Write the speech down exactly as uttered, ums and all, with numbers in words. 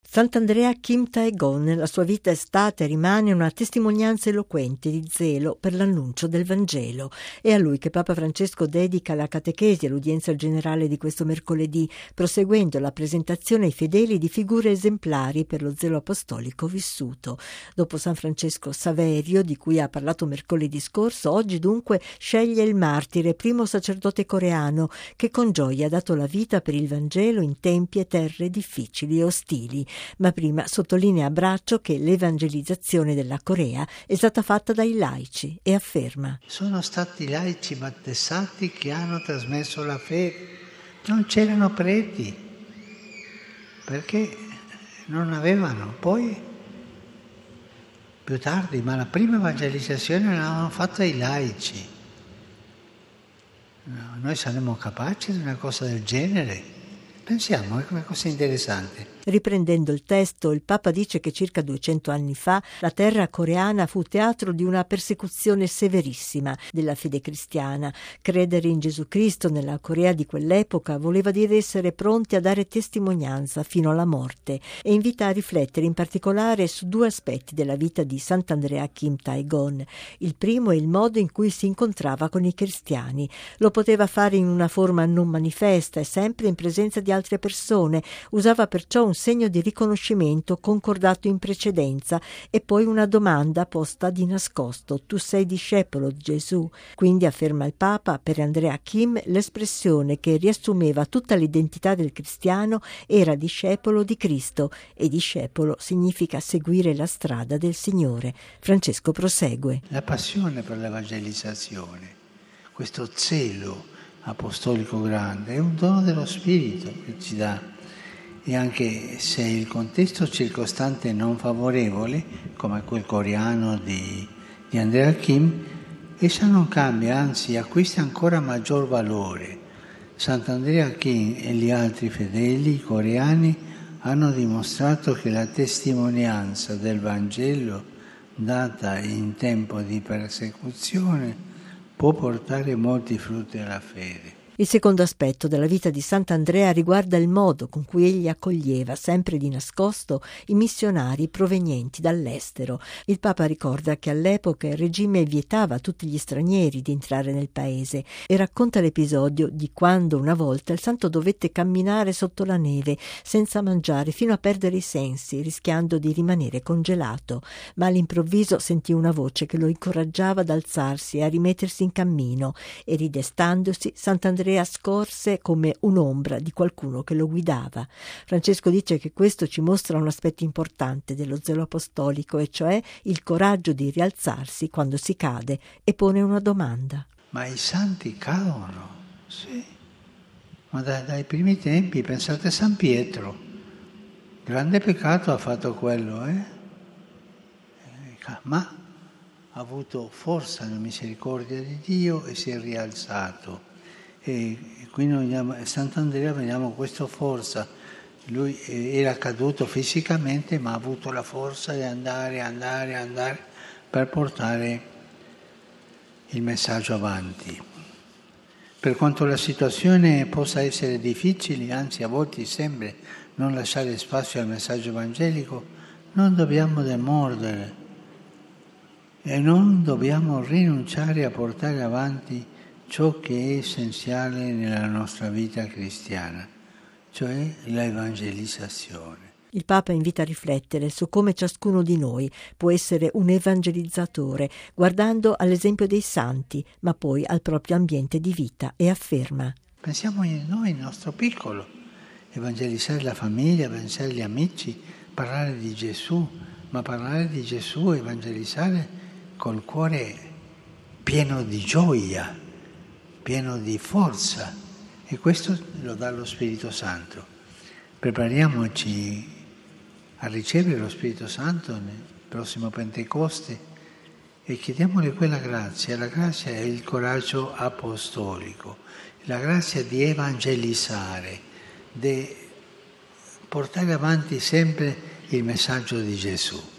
Sant'Andrea Kim Tae-gon, la sua vita è stata e rimane una testimonianza eloquente di zelo per l'annuncio del Vangelo. È a lui che Papa Francesco dedica la catechesi all'udienza generale di questo mercoledì, proseguendo la presentazione ai fedeli di figure esemplari per lo zelo apostolico vissuto. Dopo San Francesco Saverio, di cui ha parlato mercoledì scorso, oggi dunque sceglie il martire, primo sacerdote coreano, che con gioia ha dato la vita per il Vangelo in tempi e terre difficili e ostili. Ma prima sottolinea a braccio che l'evangelizzazione della Corea è stata fatta dai laici e afferma: sono stati i laici battezzati che hanno trasmesso la fede, non c'erano preti perché non avevano. Poi più tardi, ma la prima evangelizzazione l'avevano fatta i laici. No, noi saremmo capaci di una cosa del genere? Pensiamo, è una cosa interessante. Riprendendo il testo, il Papa dice che circa duecento anni fa la terra coreana fu teatro di una persecuzione severissima della fede cristiana. Credere in Gesù Cristo nella Corea di quell'epoca voleva dire essere pronti a dare testimonianza fino alla morte, e invita a riflettere in particolare su due aspetti della vita di Sant'Andrea Kim Tae-gon. Il primo è il modo in cui si incontrava con i cristiani. Lo poteva fare in una forma non manifesta e sempre in presenza di altre persone. Usava perciò un segno di riconoscimento concordato in precedenza e poi una domanda posta di nascosto: tu sei discepolo di Gesù? Quindi, afferma il Papa, per Andrea Kim l'espressione che riassumeva tutta l'identità del cristiano era discepolo di Cristo, e discepolo significa seguire la strada del Signore. Francesco prosegue. La passione per l'evangelizzazione, questo zelo apostolico grande, è un dono dello Spirito che ci dà. E anche se il contesto circostante è non favorevole, come quel coreano di, di Andrea Kim, essa non cambia, anzi acquista ancora maggior valore. Sant'Andrea Kim e gli altri fedeli coreani hanno dimostrato che la testimonianza del Vangelo data in tempo di persecuzione può portare molti frutti alla fede. Il secondo aspetto della vita di Sant'Andrea riguarda il modo con cui egli accoglieva, sempre di nascosto, i missionari provenienti dall'estero. Il Papa ricorda che all'epoca il regime vietava a tutti gli stranieri di entrare nel paese e racconta l'episodio di quando una volta il santo dovette camminare sotto la neve senza mangiare fino a perdere i sensi, rischiando di rimanere congelato. Ma all'improvviso sentì una voce che lo incoraggiava ad alzarsi e a rimettersi in cammino, e ridestandosi Sant'Andrea scorse come un'ombra di qualcuno che lo guidava. Francesco dice che questo ci mostra un aspetto importante dello zelo apostolico, e cioè il coraggio di rialzarsi quando si cade, e pone una domanda. Ma i santi cadono? Sì. Ma dai, dai primi tempi, pensate a San Pietro. Grande peccato ha fatto quello, eh? Ma ha avuto forza nella misericordia di Dio e si è rialzato. E qui noi vediamo, a Sant'Andrea vediamo questa forza. Lui era caduto fisicamente, ma ha avuto la forza di andare, andare, andare per portare il messaggio avanti. Per quanto la situazione possa essere difficile, anzi a volte sembra non lasciare spazio al messaggio evangelico, non dobbiamo demordere e non dobbiamo rinunciare a portare avanti ciò che è essenziale nella nostra vita cristiana, cioè l'evangelizzazione. Il Papa invita a riflettere su come ciascuno di noi può essere un evangelizzatore, guardando all'esempio dei santi, ma poi al proprio ambiente di vita, e afferma: pensiamo in noi, nel nostro piccolo, evangelizzare la famiglia, evangelizzare gli amici, parlare di Gesù, ma parlare di Gesù, evangelizzare col cuore pieno di gioia, pieno di forza, e questo lo dà lo Spirito Santo. Prepariamoci a ricevere lo Spirito Santo nel prossimo Pentecoste e chiediamole quella grazia. La grazia è il coraggio apostolico, la grazia di evangelizzare, di portare avanti sempre il messaggio di Gesù.